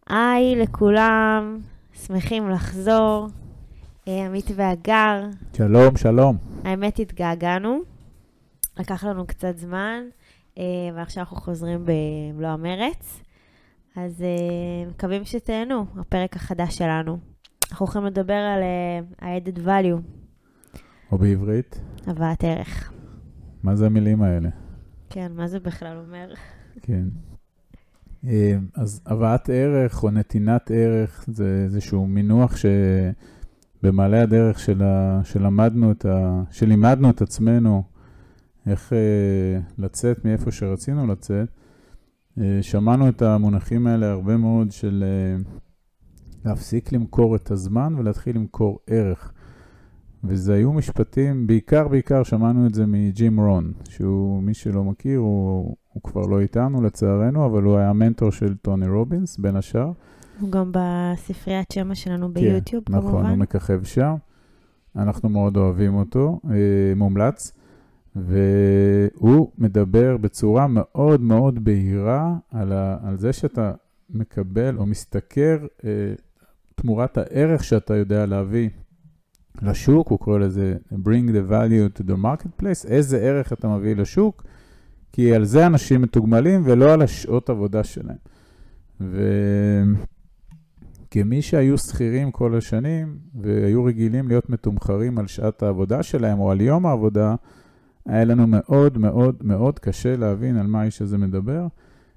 היי לכולם, שמחים לחזור, עמית והגר. שלום, שלום. האמת התגעגענו, לקח לנו קצת זמן, ועכשיו אנחנו חוזרים במלוא המרץ. אז מקווים שתהנו, הפרק החדש שלנו. אנחנו הולכים לדבר על added value. או בעברית. הבאת ערך. מה זה המילים האלה? כן, מה זה בכלל אומר? כן. אז הבאת ערך או נתינת ערך זה איזשהו מינוח שבמעלה הדרך שלימדנו את עצמנו איך לצאת מאיפה שרצינו לצאת. שמענו את המונחים האלה הרבה מאוד של להפסיק למכור את הזמן ולהתחיל למכור ערך. וזה היו משפטים, בעיקר שמענו את זה מג'ים רון, שהוא מי שלא מכיר, הוא כבר לא איתנו לצערנו, אבל הוא היה מנטור של טוני רובינס, בין השאר. הוא גם בספריית שמע שלנו ביוטיוב, כן, כמובן. נכון, הוא מככב שם. אנחנו מאוד אוהבים אותו, מומלץ. והוא מדבר בצורה מאוד מאוד בהירה על זה שאתה מקבל או מסתכר תמורת הערך שאתה יודע להביא לשוק, הוא קורא לזה bring the value to the marketplace, איזה ערך אתה מביא לשוק, כי על זה אנשים מתוגמלים ולא על השעות עבודה שלהם. וכמי שהיו שכירים כל השנים והיו רגילים להיות מתומחרים על שעת העבודה שלהם או על יום העבודה, היה לנו מאוד מאוד מאוד קשה להבין על מה האיש הזה מדבר,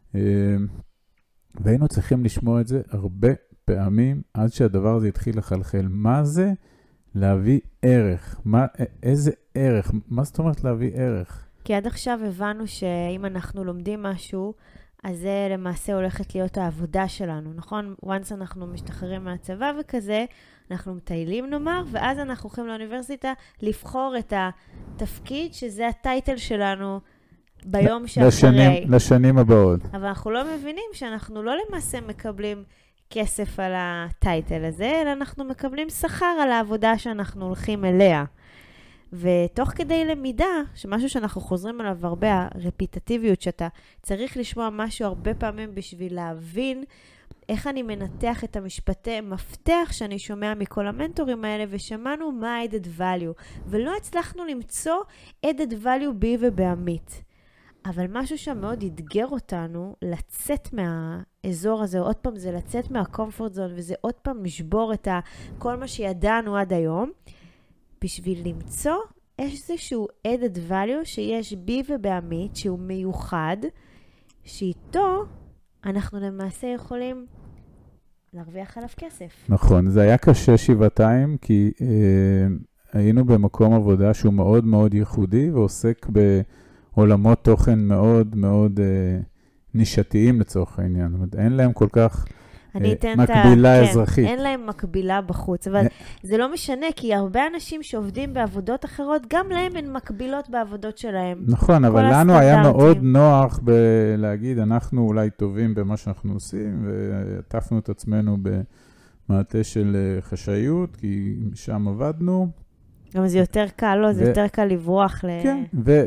והיינו צריכים לשמוע את זה הרבה פעמים עד שהדבר הזה התחיל לחלחל. מה זה להביא ערך? איזה ערך? מה זאת אומרת להביא ערך? כי עד עכשיו הבנו שאם אנחנו לומדים משהו, אז זה למעשה הולכת להיות העבודה שלנו, נכון? once אנחנו משתחררים מהצבא וכזה, אנחנו מטיילים נאמר, ואז אנחנו הולכים לאוניברסיטה לבחור את התפקיד שזה הטייטל שלנו ביום שאחרי. לשנים הבאות. אבל אנחנו לא מבינים שאנחנו לא למעשה מקבלים כסף על הטייטל הזה, אלא אנחנו מקבלים שכר על העבודה שאנחנו הולכים אליה. ותוך כדי למידה, שמשהו שאנחנו חוזרים עליו הרבה, הרפיטטיביות, שאתה צריך לשמוע משהו הרבה פעמים בשביל להבין איך אני מנתח את המשפטי מפתח שאני שומע מכל המנטורים האלה, ושמענו מה added value, ולא הצלחנו למצוא added value בי ובעמית. אבל משהו שמאוד ידגר אותנו לצאת מהאזור הזה, עוד פעם זה לצאת מהקומפורט זון, וזה עוד פעם לשבור את כל מה שידענו עד היום, בשביל למצוא איזשהו added value שיש בי ובעמית, שהוא מיוחד, שאיתו אנחנו למעשה יכולים להרוויח עליו כסף. נכון, זה היה קשה שבעתיים, כי היינו במקום עבודה שהוא מאוד מאוד ייחודי, ועוסק בעולמות תוכן מאוד מאוד נישתיים לצורך העניין. זאת אומרת, אין להם כל כך מקבילה אזרחית. אין להם מקבילה בחוץ, אבל זה לא משנה, כי הרבה אנשים שעובדים בעבודות אחרות, גם להם אין מקבילות בעבודות שלהם. נכון, אבל לנו היה מאוד נוח להגיד, אנחנו אולי טובים במה שאנחנו עושים, ועטפנו את עצמנו במעטה של חשאיות, כי שם עבדנו. גם זה יותר קל, לא, זה יותר קל לברוח. כן,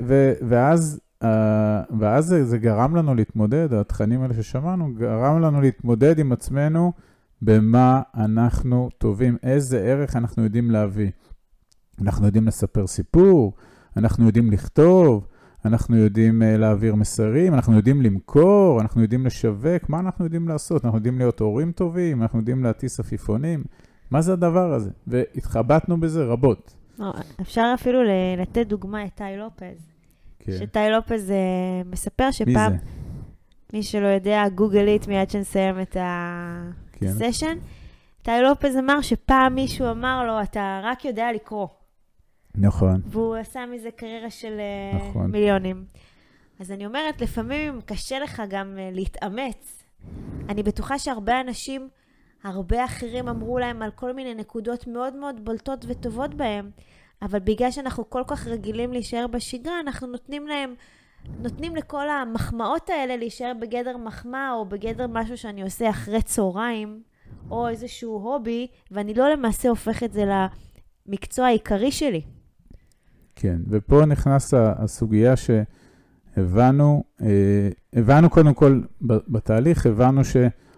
ואז זה גרם לנו להתמודד, התכנים האלה ששמענו, גרם לנו להתמודד עם עצמנו במה אנחנו טובים, איזה ערך אנחנו יודעים להביא. אנחנו יודעים לספר סיפור, אנחנו יודעים לכתוב, אנחנו יודעים להעביר מסרים, אנחנו יודעים למכור, אנחנו יודעים לשווק, מה אנחנו יודעים לעשות? אנחנו יודעים להיות הורים טובים, אנחנו יודעים להטיס עפיפונים, מה זה הדבר הזה? והתחבטנו בזה רבות. אפשר אפילו לתת דוגמה את טי לופז. כן. שטי לופז מספר שפעם, מי שלא יודע, גוגלית מיד שנסיים את הסשן, טי לופז אמר שפעם מישהו אמר לו, אתה רק יודע לקרוא. נכון. והוא עשה מזה קריירה של מיליונים. אז אני אומרת, לפעמים קשה לך גם להתאמץ. אני בטוחה שהרבה אנשים, הרבה אחרים אמרו להם על כל מיני נקודות מאוד מאוד בולטות וטובות בהם, אבל בגלל שאנחנו כל כך רגילים להישאר בשגרה, אנחנו נותנים לכל המחמאות האלה להישאר בגדר מחמאה, או בגדר משהו שאני עושה אחרי צהריים, או איזשהו הובי, ואני לא למעשה הופך את זה למקצוע העיקרי שלי. כן, ופה נכנס הסוגיה שהבנו קודם כל בתהליך, הבנו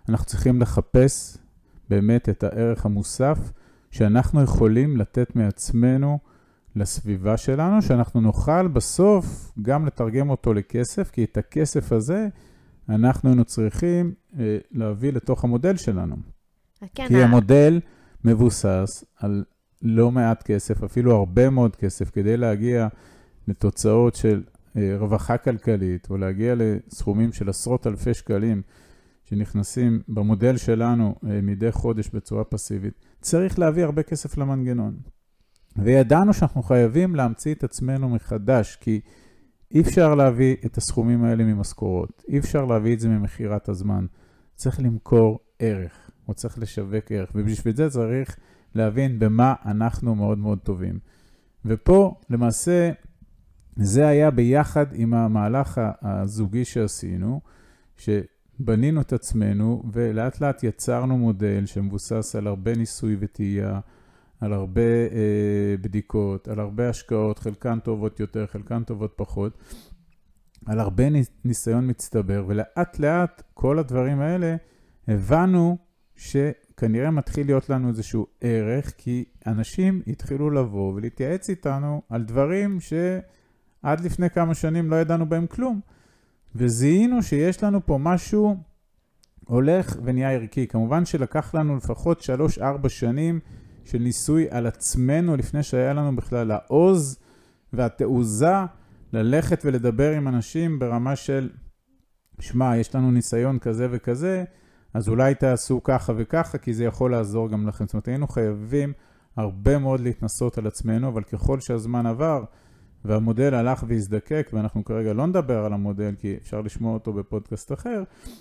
אנחנו צריכים לחפש באמת את הערך המוסף שאנחנו יכולים לתת מעצמנו לסביבה שלנו, שאנחנו נוכל בסוף גם לתרגם אותו לכסף, כי את הכסף הזה אנחנו היינו צריכים להביא לתוך המודל שלנו. כן, כי המודל מבוסס על לא מעט כסף, אפילו הרבה מאוד כסף, כדי להגיע לתוצאות של רווחה כלכלית, או להגיע לסכומים של עשרות אלפי שקלים, שנכנסים במודל שלנו מדי חודש בצורה פסיבית, צריך להביא הרבה כסף למנגנון. וידענו שאנחנו חייבים להמציא את עצמנו מחדש, כי אי אפשר להביא את הסכומים האלה ממשכורות, אי אפשר להביא את זה ממחירת הזמן. צריך למכור ערך, או צריך לשווק ערך, ובשביל זה צריך להבין במה אנחנו מאוד מאוד טובים. ופה למעשה זה היה ביחד עם המהלך הזוגי שעשינו, בנינו את עצמנו, ולאט לאט יצרנו מודל שמבוסס על הרבה ניסוי וטעייה, על הרבה בדיקות, על הרבה השקעות, חלקן טובות יותר, חלקן טובות פחות, על הרבה ניסיון מצטבר, ולאט לאט כל הדברים האלה הבנו שכנראה מתחיל להיות לנו איזשהו ערך, כי אנשים התחילו לבוא ולהתייעץ איתנו על דברים שעד לפני כמה שנים לא ידענו בהם כלום. וזיהינו שיש לנו פה משהו הולך ונהיה ערכי. כמובן שלקח לנו לפחות 3-4 שנים של ניסוי על עצמנו, לפני שהיה לנו בכלל העוז והתעוזה ללכת ולדבר עם אנשים ברמה של, שמע, יש לנו ניסיון כזה וכזה, אז אולי תעשו ככה וככה, כי זה יכול לעזור גם לכם. זאת אומרת, היינו חייבים הרבה מאוד להתנסות על עצמנו, אבל ככל שהזמן עבר, והמודל הלך והזדקק, ואנחנו כרגע לא נדבר על המודל, כי אפשר לשמוע אותו בפודקאסט אחר,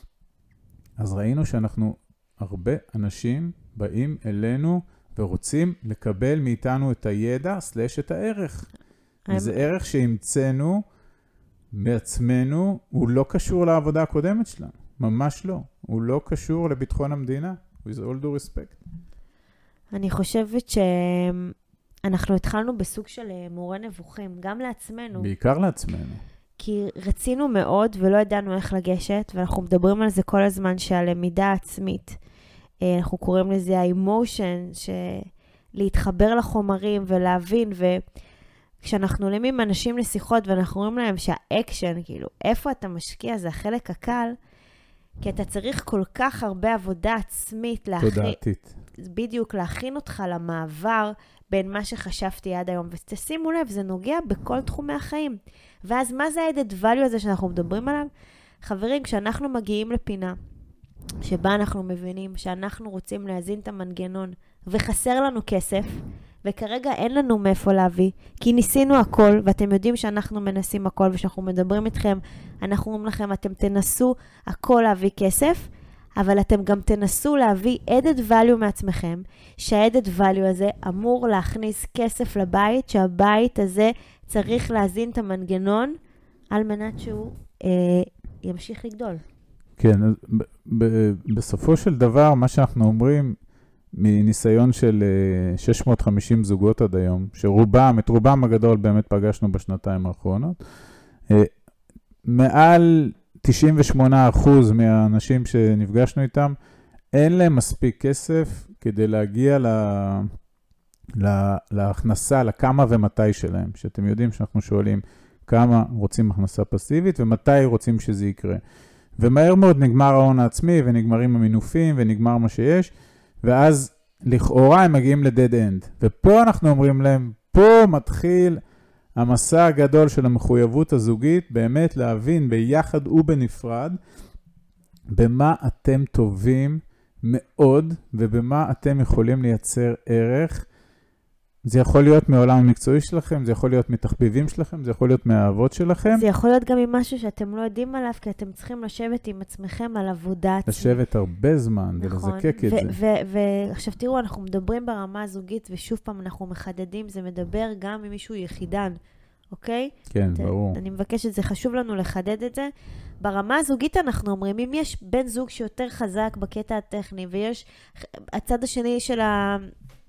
אז ראינו שאנחנו, הרבה אנשים באים אלינו, ורוצים לקבל מאיתנו את הידע, את הערך. וזה ערך שהמצאנו מעצמנו, הוא לא קשור לעבודה הקודמת שלנו. ממש לא. הוא לא קשור לביטחון המדינה. With all due respect. אני חושבת אנחנו התחלנו בסוג של מורה נבוכים, גם לעצמנו. בעיקר לעצמנו. כי רצינו מאוד ולא ידענו איך לגשת, ואנחנו מדברים על זה כל הזמן שהלמידה עצמית, אנחנו קוראים לזה האמושן, להתחבר לחומרים ולהבין, וכשאנחנו עולים עם אנשים לשיחות ואנחנו אומרים להם שהאקשן, כאילו, איפה אתה משקיע, זה החלק הקל, כי אתה צריך כל כך הרבה עבודה עצמית תודעתית. בדיוק להכין אותך למעבר בין מה שחשבתי עד היום. ותשימו לב, זה נוגע בכל תחומי החיים. ואז מה זה ה-added value הזה שאנחנו מדברים עליו? חברים, כשאנחנו מגיעים לפינה, שבה אנחנו מבינים שאנחנו רוצים להזין את המנגנון, וחסר לנו כסף, וכרגע אין לנו מאיפה להביא, כי ניסינו הכל, ואתם יודעים שאנחנו מנסים הכל, ושאנחנו מדברים איתכם, אנחנו אומרים לכם, אתם תנסו הכל להביא כסף, אבל אתם גם תנסו להביא added value מעצמכם, שה-added value הזה אמור להכניס כסף לבית, שהבית הזה צריך להזין את המנגנון, על מנת שהוא ימשיך לגדול. כן, בסופו של דבר, מה שאנחנו אומרים, מניסיון של 650 זוגות עד היום, את רובם הגדול באמת פגשנו בשנתיים האחרונות, מעל 98% מהאנשים שנפגשנו איתם, אין להם מספיק כסף כדי להגיע להכנסה, לכמה ומתי שלהם, שאתם יודעים שאנחנו שואלים כמה רוצים הכנסה פסיבית ומתי רוצים שזה יקרה. ומהר מאוד נגמר ההון העצמי ונגמרים המינופים ונגמר מה שיש, ואז לכאורה הם מגיעים לדד אנד. ופה אנחנו אומרים להם, פה מתחיל המסע הגדול של המחויבות הזוגית, באמת להבין ביחד ובנפרד, במה אתם טובים מאוד, ובמה אתם יכולים לייצר ערך. זה יכול להיות מעולם המקצועי שלכם, זה יכול להיות מתחביבים שלכם, זה יכול להיות מהאהבות שלכם. זה יכול להיות גם עם משהו שאתם לא יודעים עליו, כי אתם צריכים לשבת עם עצמכם על עבודה עצמית. לשבת הרבה זמן ולזקק את זה. ועכשיו תראו, אנחנו מדברים ברמה הזוגית, ושוב פעם אנחנו מחדדים, זה מדבר גם עם מישהו יחידן, אוקיי? כן, ברור. אני מבקשת, זה חשוב לנו לחדד את זה. ברמה הזוגית אנחנו אומרים, אם יש בן זוג שיותר חזק בקטע הטכני, ויש הצד השני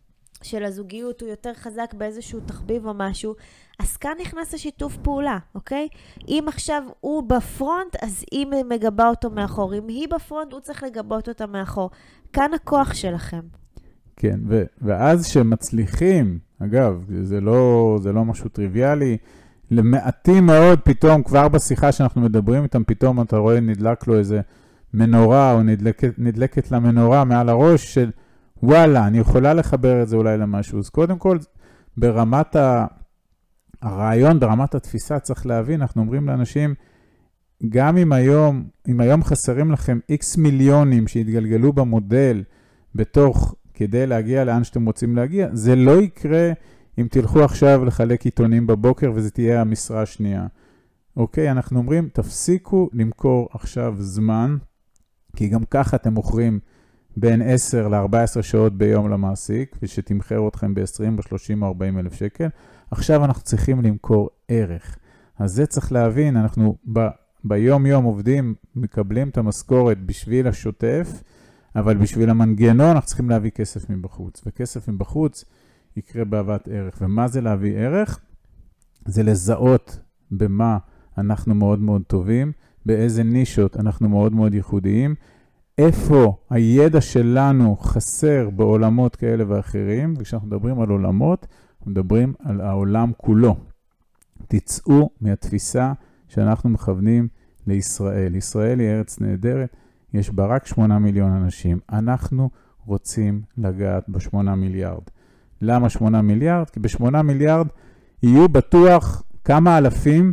של הזוגיות הוא יותר חזק באיזשהו תחביב או משהו, אז כאן נכנס השיתוף פעולה, אוקיי? אם עכשיו הוא בפרונט, אז היא מגבה אותו מאחור. אם היא בפרונט, הוא צריך לגבות אותה מאחור. כאן הכוח שלכם. כן, ואז שמצליחים, אגב, זה לא משהו טריוויאלי, למעטים מאוד פתאום, כבר בשיחה שאנחנו מדברים איתם, פתאום אתה רואה נדלק לו איזה מנורה, או נדלקת לה מנורה מעל הראש של, וואלה, אני יכולה לחבר את זה אולי למשהו. אז קודם כל, ברמת הרעיון, ברמת התפיסה, צריך להבין, אנחנו אומרים לאנשים, גם אם היום חסרים לכם X מיליונים שהתגלגלו במודל, כדי להגיע לאן שאתם רוצים להגיע, זה לא יקרה אם תלכו עכשיו לחלק עיתונים בבוקר, וזה תהיה המשרה השנייה. אוקיי, אנחנו אומרים, תפסיקו למכור עכשיו זמן, כי גם ככה אתם מוכרים בין 10 ל-14 שעות ביום למעסיק, ושתמחר אתכם ב-20, ב-30 או 40 אלף שקל. עכשיו אנחנו צריכים למכור ערך. אז זה צריך להבין, אנחנו ביום עובדים, מקבלים את המשכורת בשביל השוטף, אבל בשביל המנגנון אנחנו צריכים להביא כסף מבחוץ. וכסף מבחוץ יקרה בהבאת ערך. ומה זה להביא ערך? זה לזהות במה אנחנו מאוד מאוד טובים, באיזה נישות אנחנו מאוד מאוד ייחודיים, איפה הידע שלנו חסר בעולמות כאלה ואחרים, וכשאנחנו מדברים על עולמות, אנחנו מדברים על העולם כולו. תצאו מהתפיסה שאנחנו מכוונים לישראל. ישראל היא ארץ נהדרת, יש בה רק 8 מיליון אנשים. אנחנו רוצים לגעת ב8 מיליארד. למה 8 מיליארד? כי ב8 מיליארד יהיו בטוח כמה אלפים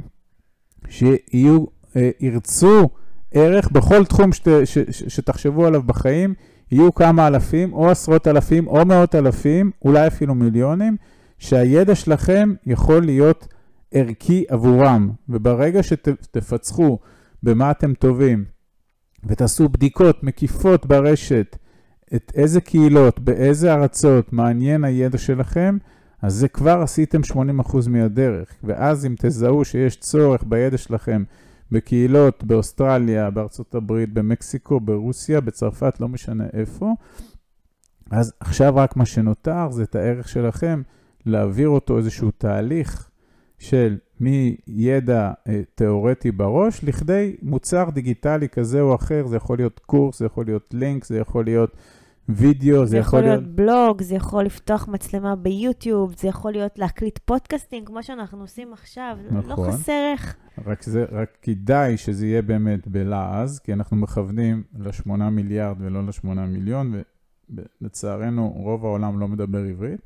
שירצו ערך בכל תחום שתחשבו עליו בחיים, יהיו כמה אלפים או עשרות אלפים או מאות אלפים, אולי אפילו מיליונים, שהידע שלכם יכול להיות ערכי עבורם. וברגע שתפצחו במה אתם טובים, ותעשו בדיקות מקיפות ברשת, את איזה קהילות, באיזה ארצות מעניין הידע שלכם, אז זה כבר עשיתם 80% מהדרך. ואז אם תזהו שיש צורך בידע שלכם בקהילות, באוסטרליה, בארצות הברית, במקסיקו, ברוסיה, בצרפת, לא משנה איפה, אז עכשיו רק מה שנותר זה את הערך שלכם, להעביר אותו איזשהו תהליך של מידע תיאורטי בראש, לכדי מוצר דיגיטלי כזה או אחר. זה יכול להיות קורס, זה יכול להיות לינק, זה יכול להיות וידאו, זה יכול להיות בלוג, זה יכול לפתוח מצלמה ביוטיוב, זה יכול להיות להקליט פודקאסטינג, כמו שאנחנו עושים עכשיו. נכון. לא חסר איך. רק כדאי שזה יהיה באמת בלעז, כי אנחנו מכוונים ל8 מיליארד ולא ל8 מיליון, ולצערנו רוב העולם לא מדבר עברית.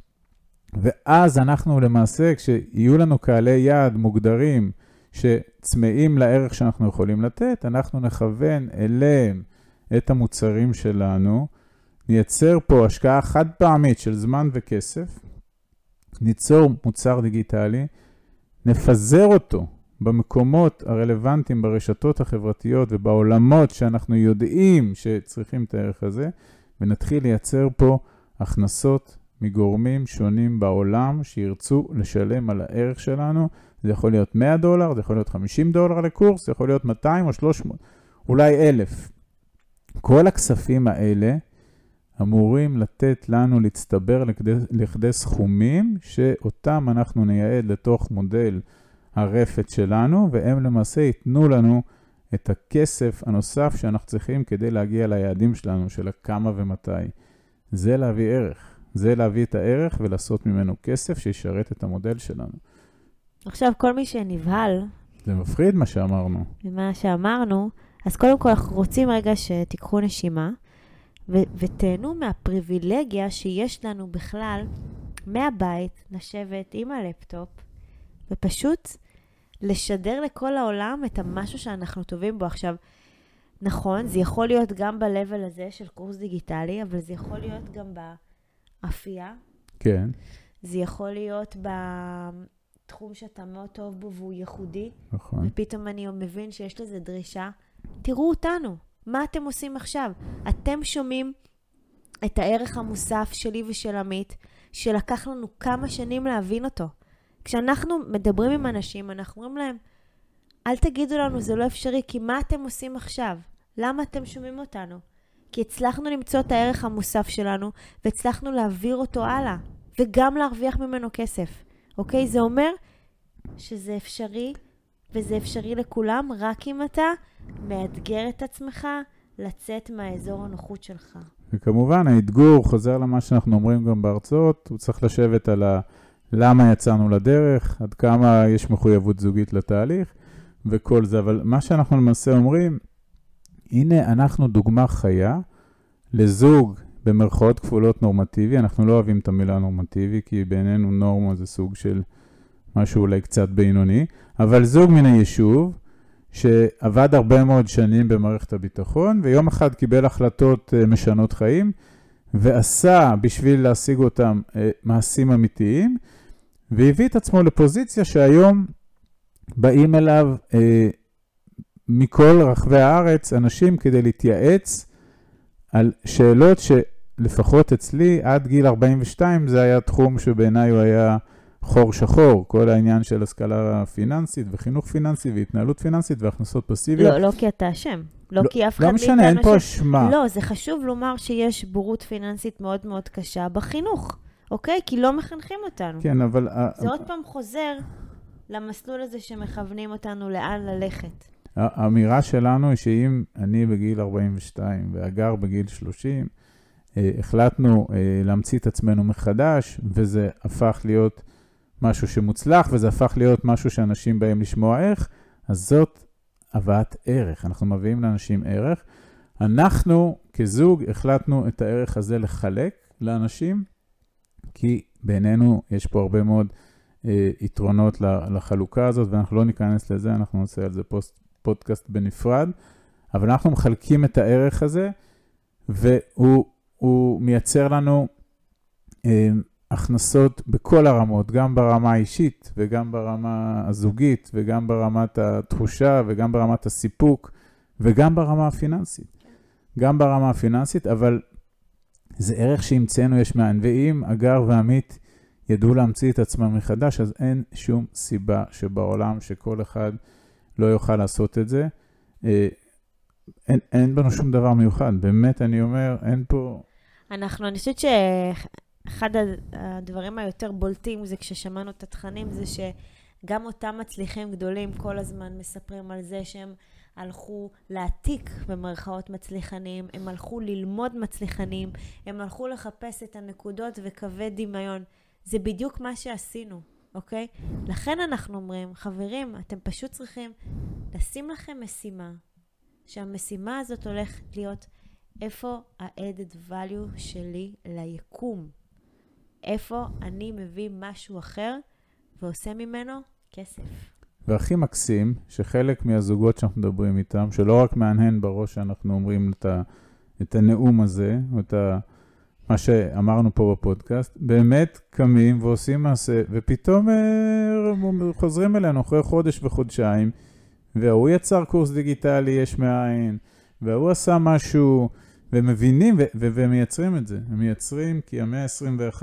ואז אנחנו למעשה, כשיהיו לנו קהלי יעד מוגדרים שצמאים לערך שאנחנו יכולים לתת, אנחנו נכוון אליהם את המוצרים שלנו, נייצר פה השקעה חד פעמית של זמן וכסף, ניצור מוצר דיגיטלי, נפזר אותו במקומות הרלוונטיים ברשתות החברתיות ובעולמות שאנחנו יודעים שצריכים את הערך הזה, ונתחיל לייצר פה הכנסות מגורמים שונים בעולם שירצו לשלם על הערך שלנו. זה יכול להיות $100, זה יכול להיות $50 לקורס, זה יכול להיות 200 או 300, אולי 1,000. כל הכספים האלה אמורים לתת לנו להצטבר לכדי סכומים שאותם אנחנו נייעד לתוך מודל הרפת שלנו, והם למעשה ייתנו לנו את הכסף הנוסף שאנחנו צריכים כדי להגיע ליעדים שלנו, של כמה ומתי. זה להביא ערך. זה להביא את הערך ולעשות ממנו כסף שישרת את המודל שלנו. עכשיו, כל מי שנבהל... זה מפחיד מה שאמרנו. מה שאמרנו, אז קודם כל אנחנו רוצים רגע שתיקחו נשימה, ותהנו מהפריבילגיה שיש לנו בכלל מהבית, לשבת עם הלפטופ, ופשוט לשדר לכל העולם את המשהו שאנחנו טובים בו. עכשיו, נכון, זה יכול להיות גם ב-level הזה של קורס דיגיטלי, אבל זה יכול להיות גם באפייה. כן. זה יכול להיות בתחום שאתה מאוד טוב בו והוא ייחודי. נכון. ופתאום אני מבין שיש לזה דרישה. תראו אותנו. מה אתם עושים עכשיו? אתם שומעים את הערך המוסף שלי ושל עמית, שלקח לנו כמה שנים להבין אותו. כשאנחנו מדברים עם אנשים, אנחנו אומרים להם, אל תגידו לנו, זה לא אפשרי, כי מה אתם עושים עכשיו? למה אתם שומעים אותנו? כי הצלחנו למצוא את הערך המוסף שלנו, והצלחנו להעביר אותו הלאה, וגם להרוויח ממנו כסף. אוקיי? זה אומר שזה אפשרי, וזה אפשרי לכולם, רק אם אתה מאתגר את עצמך לצאת מהאזור הנוחות שלך. וכמובן, האתגור חוזר למה שאנחנו אומרים גם בהרצאות, הוא צריך לשבת על למה יצאנו לדרך, עד כמה יש מחויבות זוגית לתהליך, וכל זה. אבל מה שאנחנו למעשה אומרים, הנה אנחנו דוגמה חיה לזוג במרכאות כפולות נורמטיבי. אנחנו לא אוהבים את המילה נורמטיבי, כי בעינינו נורמה זה סוג של משהו אולי קצת בינוני, אבל זוג מן היישוב, שעבד הרבה מאוד שנים במערכת הביטחון, ויום אחד קיבל החלטות משנות חיים, ועשה בשביל להשיג אותם מעשים אמיתיים, והביא את עצמו לפוזיציה שהיום באים אליו מכל רחבי הארץ אנשים כדי להתייעץ על שאלות שלפחות אצלי עד גיל 42 זה היה תחום שבעיניי הוא היה חור שחור, כל העניין של השכלה פיננסית וחינוך פיננסי והתנהלות פיננסית והכנסות פסיביות. לא כי אתה אשם. לא כי אף אחד לא משנה, אין פה אשמה. לא, זה חשוב לומר שיש בורות פיננסית מאוד מאוד קשה בחינוך, אוקיי? כי לא מחנכים אותנו. כן, אבל זה עוד פעם חוזר למסלול הזה שמכוונים אותנו לאן ללכת. האמירה שלנו היא שאם אני בגיל 42 והגר בגיל 30, החלטנו להמציא את עצמנו מחדש, וזה הפך להיות משהו שמוצלח, וזה הפך להיות משהו שאנשים באים לשמוע איך, אז זאת הבאת ערך. אנחנו מביאים לאנשים ערך. אנחנו כזוג החלטנו את הערך הזה לחלק לאנשים, כי בינינו יש פה הרבה מאוד יתרונות לחלוקה הזאת, ואנחנו לא ניכנס לזה, אנחנו נעשה על זה פודקאסט בנפרד, אבל אנחנו מחלקים את הערך הזה, והוא מייצר לנו הכנסות בכל הרמות, גם ברמה האישית, וגם ברמה הזוגית, וגם ברמת התחושה, וגם ברמת הסיפוק, וגם ברמה הפיננסית. גם ברמה הפיננסית, אבל זה ערך שהמצאנו יש מאין, ואם אגר ועמית ידעו להמציא את עצמם מחדש, אז אין שום סיבה שבעולם שכל אחד לא יוכל לעשות את זה. אין בנו שום דבר מיוחד. באמת, אני אומר, אין פה... אני חושבת שאחד הדברים היותר בולטים זה כששמענו את התכנים, זה שגם אותם מצליחים גדולים כל הזמן מספרים על זה שהם הלכו להעתיק במרכאות מצליחנים, הם הלכו ללמוד מצליחנים, הם הלכו לחפש את הנקודות וקווי דמיון. זה בדיוק מה שעשינו, אוקיי? לכן אנחנו אומרים, חברים, אתם פשוט צריכים לשים לכם משימה, שהמשימה הזאת הולכת להיות איפה ה-added value שלי ליקום. איפה אני מביא משהו אחר ועושה ממנו כסף. והכי מקסים, שחלק מהזוגות שאנחנו מדברים איתם, שלא רק מהנהן בראש שאנחנו אומרים את הנאום הזה, או את מה שאמרנו פה בפודקאסט, באמת קמים ועושים מעשה, ופתאום חוזרים אלינו אחרי חודש וחודשיים, והוא יצר קורס דיגיטלי יש מאין, והוא עשה משהו, ומבינים ומייצרים את זה. הם מייצרים כי המאה ה-21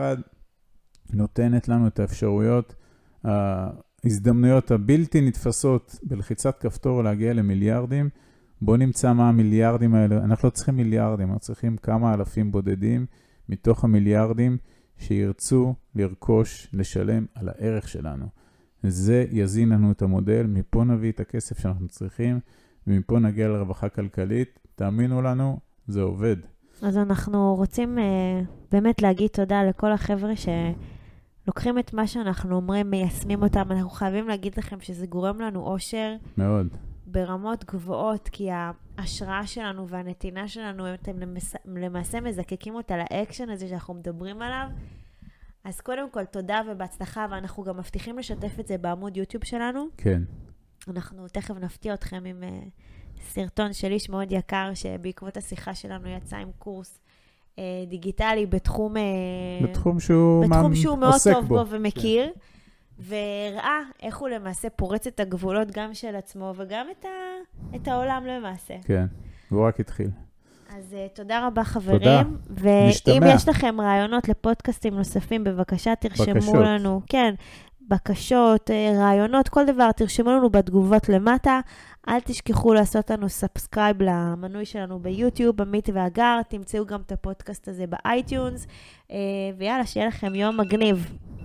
נותנת לנו את האפשרויות, ההזדמנויות הבלתי נתפסות בלחיצת כפתור להגיע למיליארדים. בוא נמצא מה המיליארדים האלה. אנחנו לא צריכים מיליארדים, אנחנו צריכים כמה אלפים בודדים מתוך המיליארדים שירצו לרכוש, לשלם על הערך שלנו. זה יזין לנו את המודל, מפה נביא את הכסף שאנחנו צריכים, ומפה נגיע לרווחה כלכלית. תאמינו לנו, זה עובד. אז אנחנו רוצים באמת להגיד תודה לכל החבר'ה שלוקחים את מה שאנחנו אומרים, מיישמים אותם. אנחנו חייבים להגיד לכם שזה גורם לנו אושר. מאוד. ברמות גבוהות, כי ההשראה שלנו והנתינה שלנו, אתם למעשה מזקקים אותה לאקשן הזה שאנחנו מדברים עליו. אז קודם כל, תודה ובהצלחה, ואנחנו גם מבטיחים לשתף את זה בעמוד יוטיוב שלנו. כן. אנחנו תכף נפתיע אתכם עם סרטון של איש מאוד יקר, שבעקבות השיחה שלנו יצא עם קורס דיגיטלי בתחום שהוא מאוד טוב בו ומכיר, וראה איך הוא למעשה פורץ את הגבולות גם של עצמו, וגם את העולם למעשה. כן, והוא רק התחיל. אז תודה רבה חברים, ואם יש לכם רעיונות לפודקאסטים נוספים, בבקשה תרשמו לנו. כן, בקשות, רעיונות, כל דבר, תרשמו לנו בתגובות למטה. אל תשכחו לעשות לנו סאבסקרייב למנוי שלנו ביוטיוב, עמית ואגר, תמצאו גם את הפודקאסט הזה באייטיונס, ויאללה, שיהיה לכם יום מגניב.